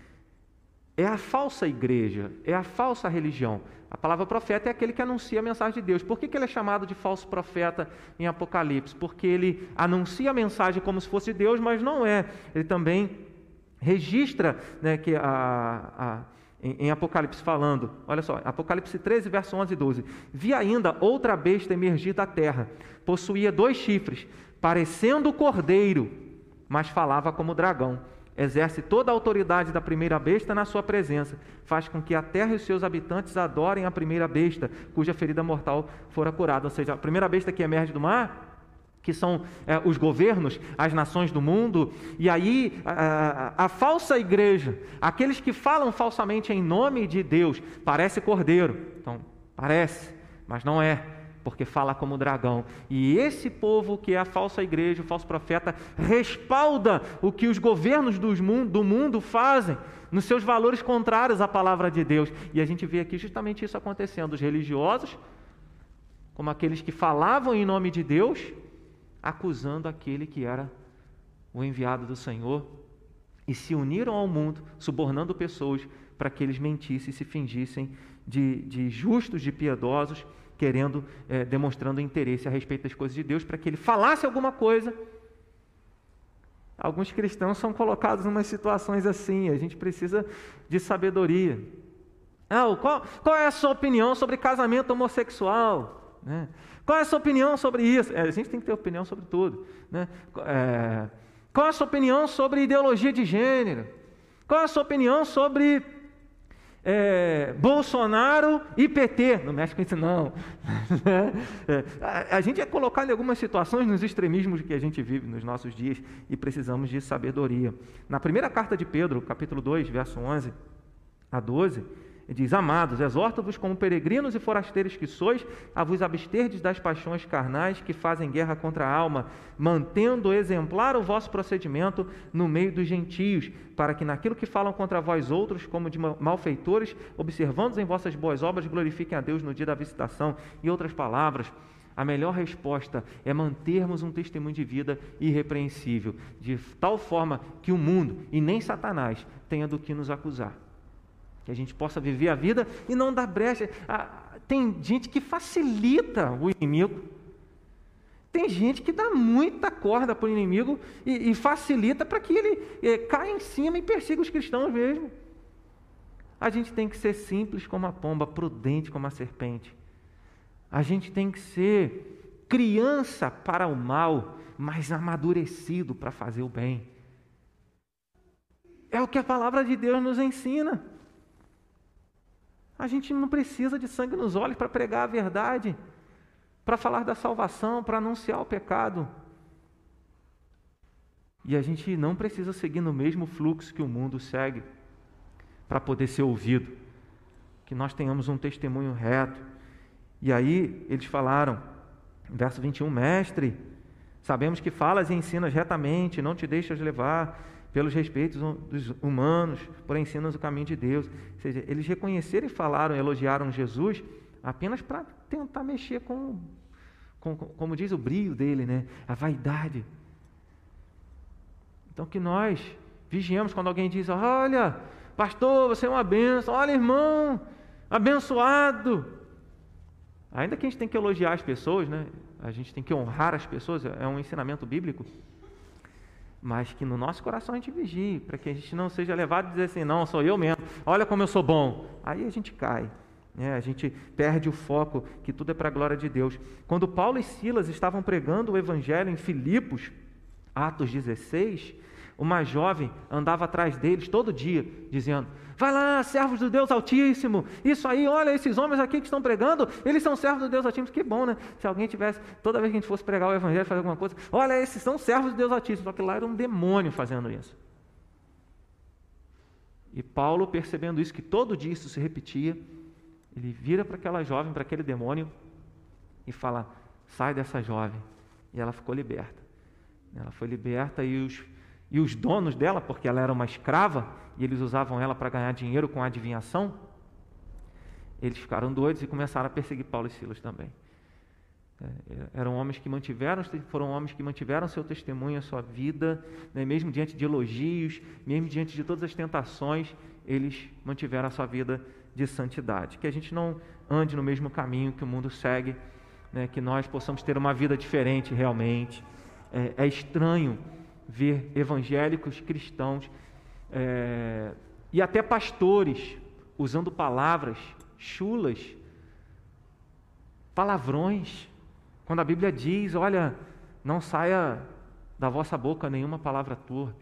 é a falsa igreja, é a falsa religião. A palavra profeta é aquele que anuncia a mensagem de Deus. Por que ele é chamado de falso profeta em Apocalipse? Porque ele anuncia a mensagem como se fosse Deus, mas não é. Ele também registra, né, que em Apocalipse falando, olha só, Apocalipse 13, verso 11 e 12. Vi ainda outra besta emergir da terra, possuía 2 chifres, parecendo cordeiro, mas falava como dragão. Exerce toda a autoridade da primeira besta na sua presença, faz com que a terra e os seus habitantes adorem a primeira besta, cuja ferida mortal fora curada. Ou seja, a primeira besta que emerge do mar, que são os governos, as nações do mundo, e aí a falsa igreja, aqueles que falam falsamente em nome de Deus, parece cordeiro, então parece, mas não é, porque fala como dragão. E esse povo que é a falsa igreja, o falso profeta, respalda o que os governos do mundo fazem, nos seus valores contrários à palavra de Deus. E a gente vê aqui justamente isso acontecendo, os religiosos, como aqueles que falavam em nome de Deus, acusando aquele que era o enviado do Senhor, e se uniram ao mundo, subornando pessoas para que eles mentissem e se fingissem de justos, de piedosos, demonstrando interesse a respeito das coisas de Deus, para que ele falasse alguma coisa. Alguns cristãos são colocados em umas situações assim, a gente precisa de sabedoria. Qual é a sua opinião sobre casamento homossexual? Né? Qual é a sua opinião sobre isso? A gente tem que ter opinião sobre tudo. Né? Qual é a sua opinião sobre ideologia de gênero? Qual é a sua opinião sobre Bolsonaro e PT? Não mexe com isso não. A gente é colocado em algumas situações nos extremismos que a gente vive nos nossos dias e precisamos de sabedoria. Na primeira carta de Pedro, capítulo 2, verso 11 a 12, ele diz: Amados, exorto-vos como peregrinos e forasteiros que sois, a vos absterdes das paixões carnais que fazem guerra contra a alma, mantendo exemplar o vosso procedimento no meio dos gentios, para que naquilo que falam contra vós outros, como de malfeitores, observando em vossas boas obras, glorifiquem a Deus no dia da visitação. Em outras palavras, a melhor resposta é mantermos um testemunho de vida irrepreensível, de tal forma que o mundo e nem Satanás tenha do que nos acusar. Que a gente possa viver a vida e não dar brecha. Tem gente que facilita o inimigo. Tem gente que dá muita corda para o inimigo e facilita para que ele caia em cima e persiga os cristãos mesmo. A gente tem que ser simples como a pomba, prudente como a serpente. A gente tem que ser criança para o mal, mas amadurecido para fazer o bem. É o que a palavra de Deus nos ensina. A gente não precisa de sangue nos olhos para pregar a verdade, para falar da salvação, para anunciar o pecado. E a gente não precisa seguir no mesmo fluxo que o mundo segue para poder ser ouvido. Que nós tenhamos um testemunho reto. E aí eles falaram, verso 21, Mestre, Sabemos que falas e ensinas retamente, não te deixas levar pelos respeitos dos humanos, porém ensinas o caminho de Deus. Ou seja, eles reconheceram e falaram, elogiaram Jesus apenas para tentar mexer com, como diz, o brilho dele, né? A vaidade. Então que nós vigiemos quando alguém diz: olha, pastor, você é uma bênção, olha, irmão, abençoado. Ainda que a gente tem que elogiar as pessoas, né? A gente tem que honrar as pessoas, é um ensinamento bíblico, mas que no nosso coração a gente vigie, para que a gente não seja levado a dizer assim: não, sou eu mesmo, olha como eu sou bom. Aí a gente cai, né? A gente perde o foco, que tudo é para a glória de Deus. Quando Paulo e Silas estavam pregando o evangelho em Filipos, Atos 16, uma jovem andava atrás deles todo dia, dizendo: vai lá, servos do Deus Altíssimo, isso aí, olha, esses homens aqui que estão pregando, eles são servos do Deus Altíssimo. Que bom, né? Se alguém tivesse, toda vez que a gente fosse pregar o evangelho, fazer alguma coisa, olha, esses são servos do Deus Altíssimo. Só que lá era um demônio fazendo isso. E Paulo, percebendo isso, que todo dia isso se repetia, ele vira para aquela jovem, para aquele demônio, e fala: sai dessa jovem. E ela ficou liberta. Ela foi liberta e os donos dela, porque ela era uma escrava, e eles usavam ela para ganhar dinheiro com adivinhação, eles ficaram doidos e começaram a perseguir Paulo e Silas também. Foram homens que mantiveram seu testemunho, a sua vida, né? Mesmo diante de elogios, mesmo diante de todas as tentações, eles mantiveram a sua vida de santidade. Que a gente não ande no mesmo caminho que o mundo segue, né? Que nós possamos ter uma vida diferente realmente. É estranho ver evangélicos cristãos e até pastores usando palavras chulas, palavrões, quando a Bíblia diz: olha, não saia da vossa boca nenhuma palavra torpe.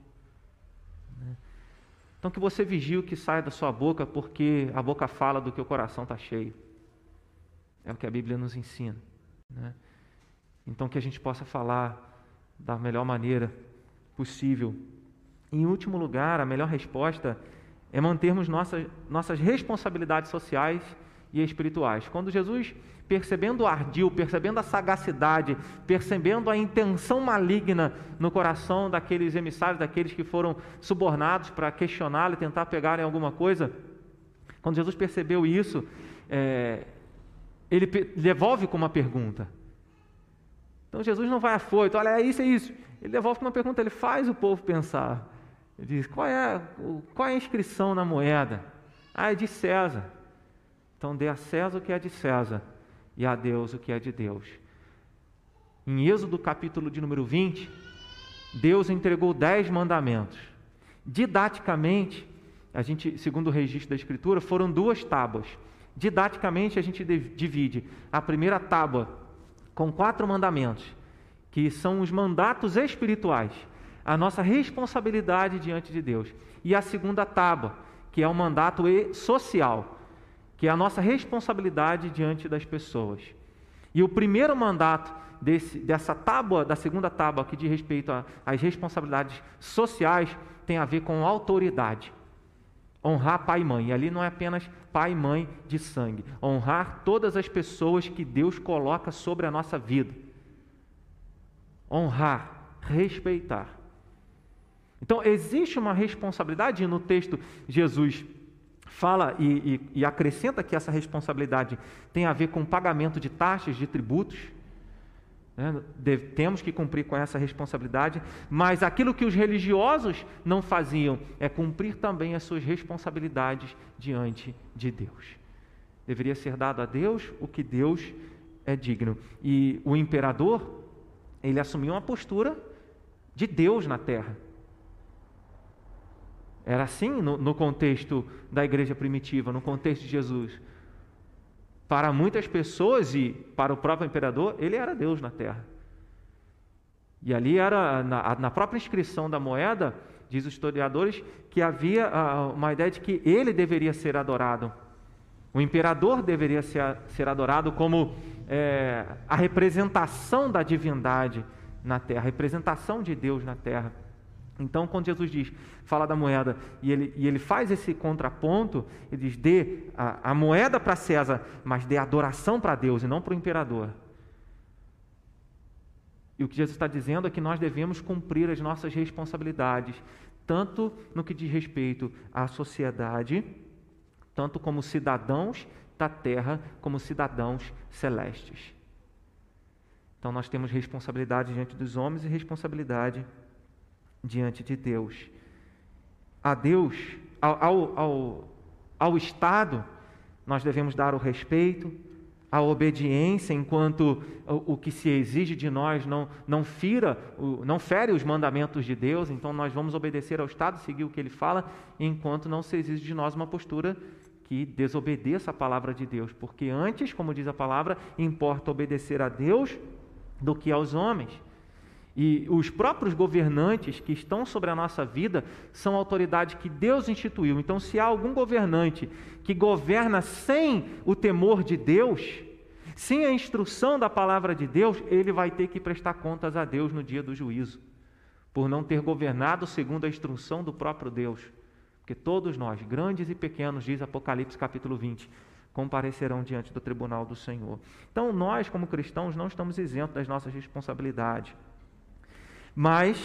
Então que você vigie o que sai da sua boca, porque a boca fala do que o coração está cheio. É o que a Bíblia nos ensina, né? Então que a gente possa falar da melhor maneira possível. Em último lugar, a melhor resposta é mantermos nossas responsabilidades sociais e espirituais. Quando Jesus, percebendo o ardil, percebendo a sagacidade, percebendo a intenção maligna no coração daqueles emissários, daqueles que foram subornados para questioná-lo e tentar pegarem alguma coisa, quando Jesus percebeu isso, ele devolve com uma pergunta. Então Jesus não vai afoito: olha, é isso. Ele devolve com uma pergunta, ele faz o povo pensar. Ele diz: qual é a inscrição na moeda? É de César. Então dê a César o que é de César e a Deus o que é de Deus. Em Êxodo capítulo de número 20, Deus entregou 10 mandamentos. Didaticamente, a gente, segundo o registro da Escritura, foram 2 tábuas. Didaticamente, a gente divide a primeira tábua com 4 mandamentos, que são os mandatos espirituais, a nossa responsabilidade diante de Deus. E a segunda tábua, que é o mandato social, que é a nossa responsabilidade diante das pessoas. E o primeiro mandato dessa tábua, da segunda tábua, que diz respeito às responsabilidades sociais, tem a ver com autoridade. Honrar pai e mãe. E ali não é apenas pai e mãe de sangue. Honrar todas as pessoas que Deus coloca sobre a nossa vida. Honrar, respeitar. Então, existe uma responsabilidade, e no texto Jesus fala e acrescenta que essa responsabilidade tem a ver com o pagamento de taxas, de tributos. Temos que cumprir com essa responsabilidade, mas aquilo que os religiosos não faziam é cumprir também as suas responsabilidades diante de Deus. Deveria ser dado a Deus o que Deus é digno. E o imperador, ele assumiu uma postura de Deus na terra. Era assim no contexto da igreja primitiva, no contexto de Jesus. Para muitas pessoas e para o próprio imperador, ele era Deus na terra. E ali era, na própria inscrição da moeda, diz os historiadores, que havia uma ideia de que ele deveria ser adorado. O imperador deveria ser adorado como a representação da divindade na terra, a representação de Deus na terra. Então, quando Jesus fala da moeda, e ele faz esse contraponto, ele diz: dê a moeda para César, mas dê adoração para Deus e não para o imperador. E o que Jesus está dizendo é que nós devemos cumprir as nossas responsabilidades, tanto no que diz respeito à sociedade, tanto como cidadãos da terra, como cidadãos celestes. Então nós temos responsabilidade diante dos homens e responsabilidade diante de Deus. A Deus, ao Estado, nós devemos dar o respeito, a obediência, enquanto o que se exige de nós não fere os mandamentos de Deus. Então nós vamos obedecer ao Estado, seguir o que ele fala, enquanto não se exige de nós uma postura que desobedeça a palavra de Deus, porque antes, como diz a palavra, importa obedecer a Deus do que aos homens. E os próprios governantes que estão sobre a nossa vida são autoridades que Deus instituiu. Então, se há algum governante que governa sem o temor de Deus, sem a instrução da palavra de Deus, ele vai ter que prestar contas a Deus no dia do juízo, por não ter governado segundo a instrução do próprio Deus. Porque todos nós, grandes e pequenos, diz Apocalipse capítulo 20, comparecerão diante do tribunal do Senhor. Então, nós, como cristãos, não estamos isentos das nossas responsabilidades. Mas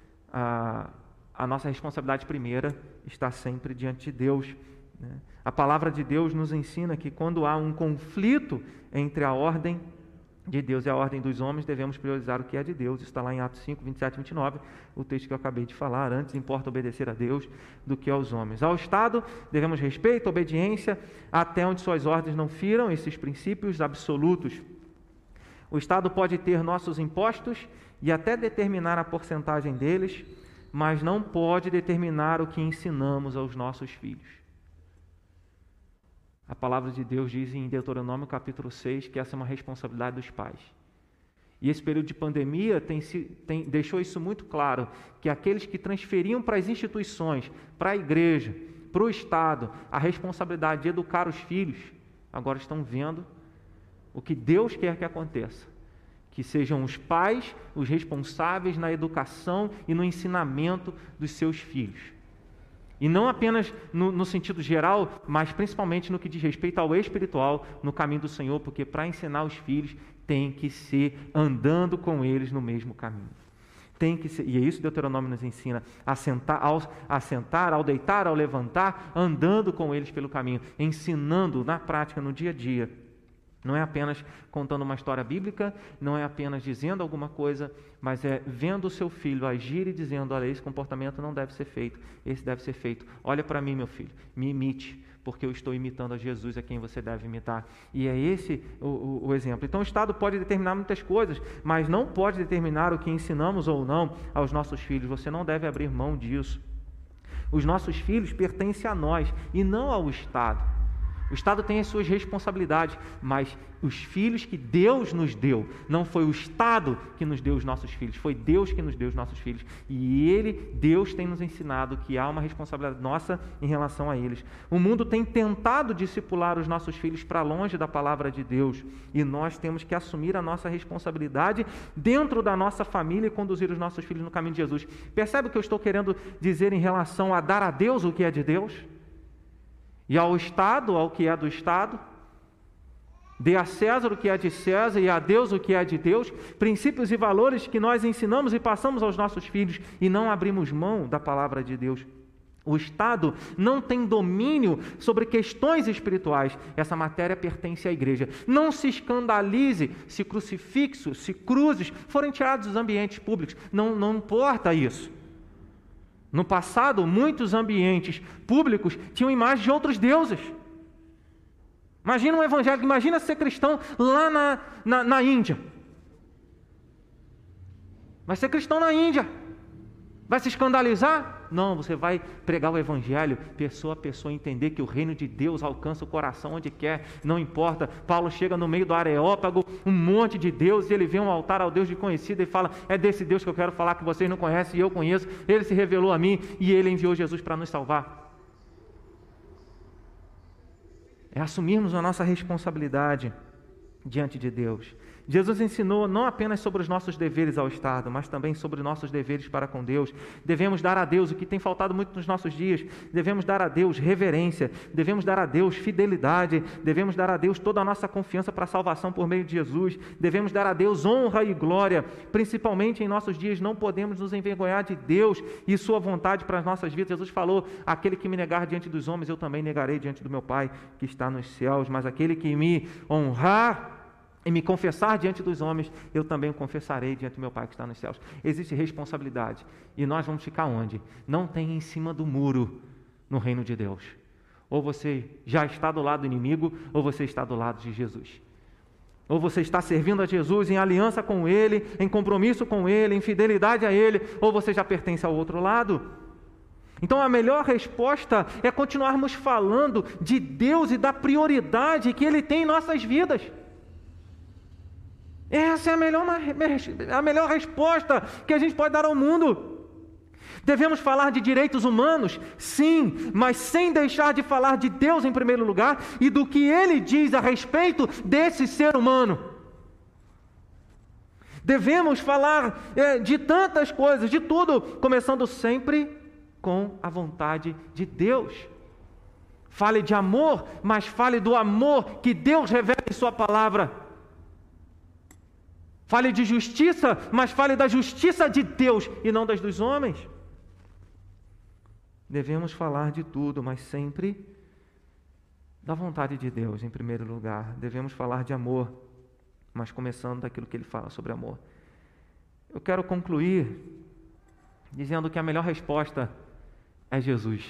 a nossa responsabilidade primeira está sempre diante de Deus, né? A palavra de Deus nos ensina que quando há um conflito entre a ordem de Deus e a ordem dos homens, devemos priorizar o que é de Deus. Isso está lá em Atos 5, 27 e 29, o texto que eu acabei de falar. Antes importa obedecer a Deus do que aos homens. Ao Estado, devemos respeito, obediência, até onde suas ordens não firam esses princípios absolutos. O Estado pode ter nossos impostos e até determinar a porcentagem deles, mas não pode determinar o que ensinamos aos nossos filhos. A palavra de Deus diz em Deuteronômio capítulo 6 que essa é uma responsabilidade dos pais. E esse período de pandemia deixou isso muito claro, que aqueles que transferiam para as instituições, para a igreja, para o Estado, a responsabilidade de educar os filhos, agora estão vendo o que Deus quer que aconteça. Que sejam os pais os responsáveis na educação e no ensinamento dos seus filhos. E não apenas no sentido geral, mas principalmente no que diz respeito ao espiritual, no caminho do Senhor, porque para ensinar os filhos tem que ser andando com eles no mesmo caminho. Tem que ser, e é isso que Deuteronômio nos ensina, a sentar, ao deitar, ao levantar, andando com eles pelo caminho, ensinando na prática, no dia a dia. Não é apenas contando uma história bíblica, não é apenas dizendo alguma coisa, mas é vendo o seu filho agir e dizendo, olha, esse comportamento não deve ser feito, esse deve ser feito. Olha para mim, meu filho, me imite, porque eu estou imitando a Jesus, a quem você deve imitar. E é esse o exemplo. Então o Estado pode determinar muitas coisas, mas não pode determinar o que ensinamos ou não aos nossos filhos. Você não deve abrir mão disso. Os nossos filhos pertencem a nós e não ao Estado. O Estado tem as suas responsabilidades, mas os filhos que Deus nos deu, não foi o Estado que nos deu os nossos filhos, foi Deus que nos deu os nossos filhos. E Deus tem nos ensinado que há uma responsabilidade nossa em relação a eles. O mundo tem tentado discipular os nossos filhos para longe da palavra de Deus, e nós temos que assumir a nossa responsabilidade dentro da nossa família e conduzir os nossos filhos no caminho de Jesus. Percebe o que eu estou querendo dizer em relação a dar a Deus o que é de Deus? E ao Estado, ao que é do Estado, dê a César o que é de César e a Deus o que é de Deus, princípios e valores que nós ensinamos e passamos aos nossos filhos e não abrimos mão da palavra de Deus. O Estado não tem domínio sobre questões espirituais, essa matéria pertence à igreja. Não se escandalize se crucifixos, se cruzes forem tirados dos ambientes públicos, não importa isso. No passado, muitos ambientes públicos tinham imagens de outros deuses. Imagina um evangélico, imagina ser cristão lá na Índia. Vai ser cristão na Índia. Vai se escandalizar? Não, você vai pregar o evangelho, pessoa a pessoa, entender que o reino de Deus alcança o coração onde quer, não importa. Paulo chega no meio do Areópago, um monte de Deus, e ele vê um altar ao Deus desconhecido e fala, é desse Deus que eu quero falar que vocês não conhecem e eu conheço, ele se revelou a mim e ele enviou Jesus para nos salvar. É assumirmos a nossa responsabilidade diante de Deus. Jesus ensinou não apenas sobre os nossos deveres ao Estado, mas também sobre nossos deveres para com Deus. Devemos dar a Deus o que tem faltado muito nos nossos dias. Devemos dar a Deus reverência, devemos dar a Deus fidelidade, devemos dar a Deus toda a nossa confiança para a salvação por meio de Jesus. Devemos dar a Deus honra e glória, principalmente em nossos dias. Não podemos nos envergonhar de Deus e sua vontade para as nossas vidas. Jesus falou: aquele que me negar diante dos homens, eu também negarei diante do meu Pai que está nos céus, mas aquele que me honrar e me confessar diante dos homens, eu também o confessarei diante do meu Pai que está nos céus. Existe responsabilidade. E nós vamos ficar onde? Não tem em cima do muro no reino de Deus. Ou você já está do lado do inimigo, ou você está do lado de Jesus. Ou você está servindo a Jesus em aliança com Ele, em compromisso com Ele, em fidelidade a Ele, ou você já pertence ao outro lado. Então a melhor resposta é continuarmos falando de Deus e da prioridade que Ele tem em nossas vidas. Essa é a melhor resposta que a gente pode dar ao mundo. Devemos falar de direitos humanos? Sim, mas sem deixar de falar de Deus em primeiro lugar e do que Ele diz a respeito desse ser humano. Devemos falar de tantas coisas, de tudo, começando sempre com a vontade de Deus. Fale de amor, mas fale do amor que Deus revela em sua palavra. Fale de justiça, mas fale da justiça de Deus e não das dos homens. Devemos falar de tudo, mas sempre da vontade de Deus em primeiro lugar. Devemos falar de amor, mas começando daquilo que Ele fala sobre amor. Eu quero concluir dizendo que a melhor resposta é Jesus.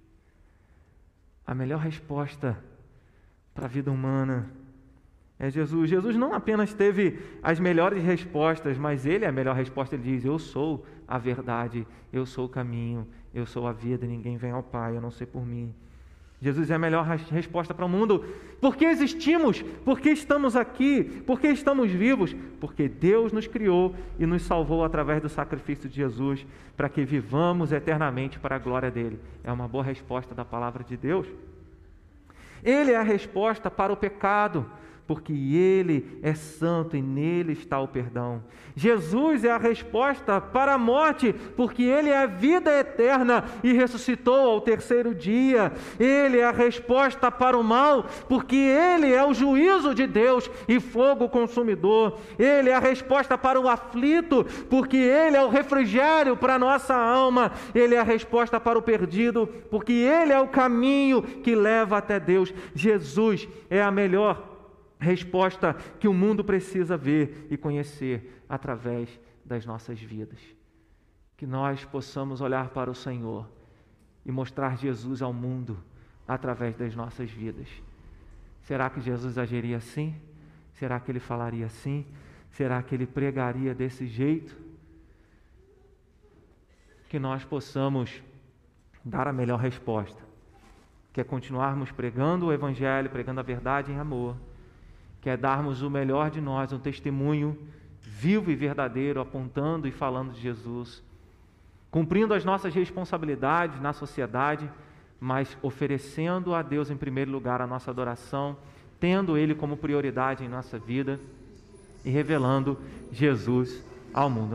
A melhor resposta para a vida humana é Jesus. Jesus não apenas teve as melhores respostas, mas Ele é a melhor resposta. Ele diz: eu sou a verdade, eu sou o caminho, eu sou a vida, ninguém vem ao Pai, a não ser por mim. Jesus é a melhor resposta para o mundo. Por que existimos? Por que estamos aqui? Por que estamos vivos? Porque Deus nos criou e nos salvou através do sacrifício de Jesus, para que vivamos eternamente para a glória dEle. É uma boa resposta da palavra de Deus. Ele é a resposta para o pecado, porque Ele é santo e nele está o perdão. Jesus é a resposta para a morte, porque Ele é a vida eterna e ressuscitou ao terceiro dia. Ele é a resposta para o mal, porque Ele é o juízo de Deus e fogo consumidor. Ele é a resposta para o aflito, porque Ele é o refrigério para a nossa alma. Ele é a resposta para o perdido, porque Ele é o caminho que leva até Deus. Jesus é a melhor resposta que o mundo precisa ver e conhecer através das nossas vidas. Que nós possamos olhar para o Senhor e mostrar Jesus ao mundo através das nossas vidas. Será que Jesus agiria assim? Será que Ele falaria assim? Será que Ele pregaria desse jeito? Que nós possamos dar a melhor resposta, que é continuarmos pregando o Evangelho, pregando a verdade em amor, que é darmos o melhor de nós, um testemunho vivo e verdadeiro, apontando e falando de Jesus, cumprindo as nossas responsabilidades na sociedade, mas oferecendo a Deus em primeiro lugar a nossa adoração, tendo Ele como prioridade em nossa vida e revelando Jesus ao mundo.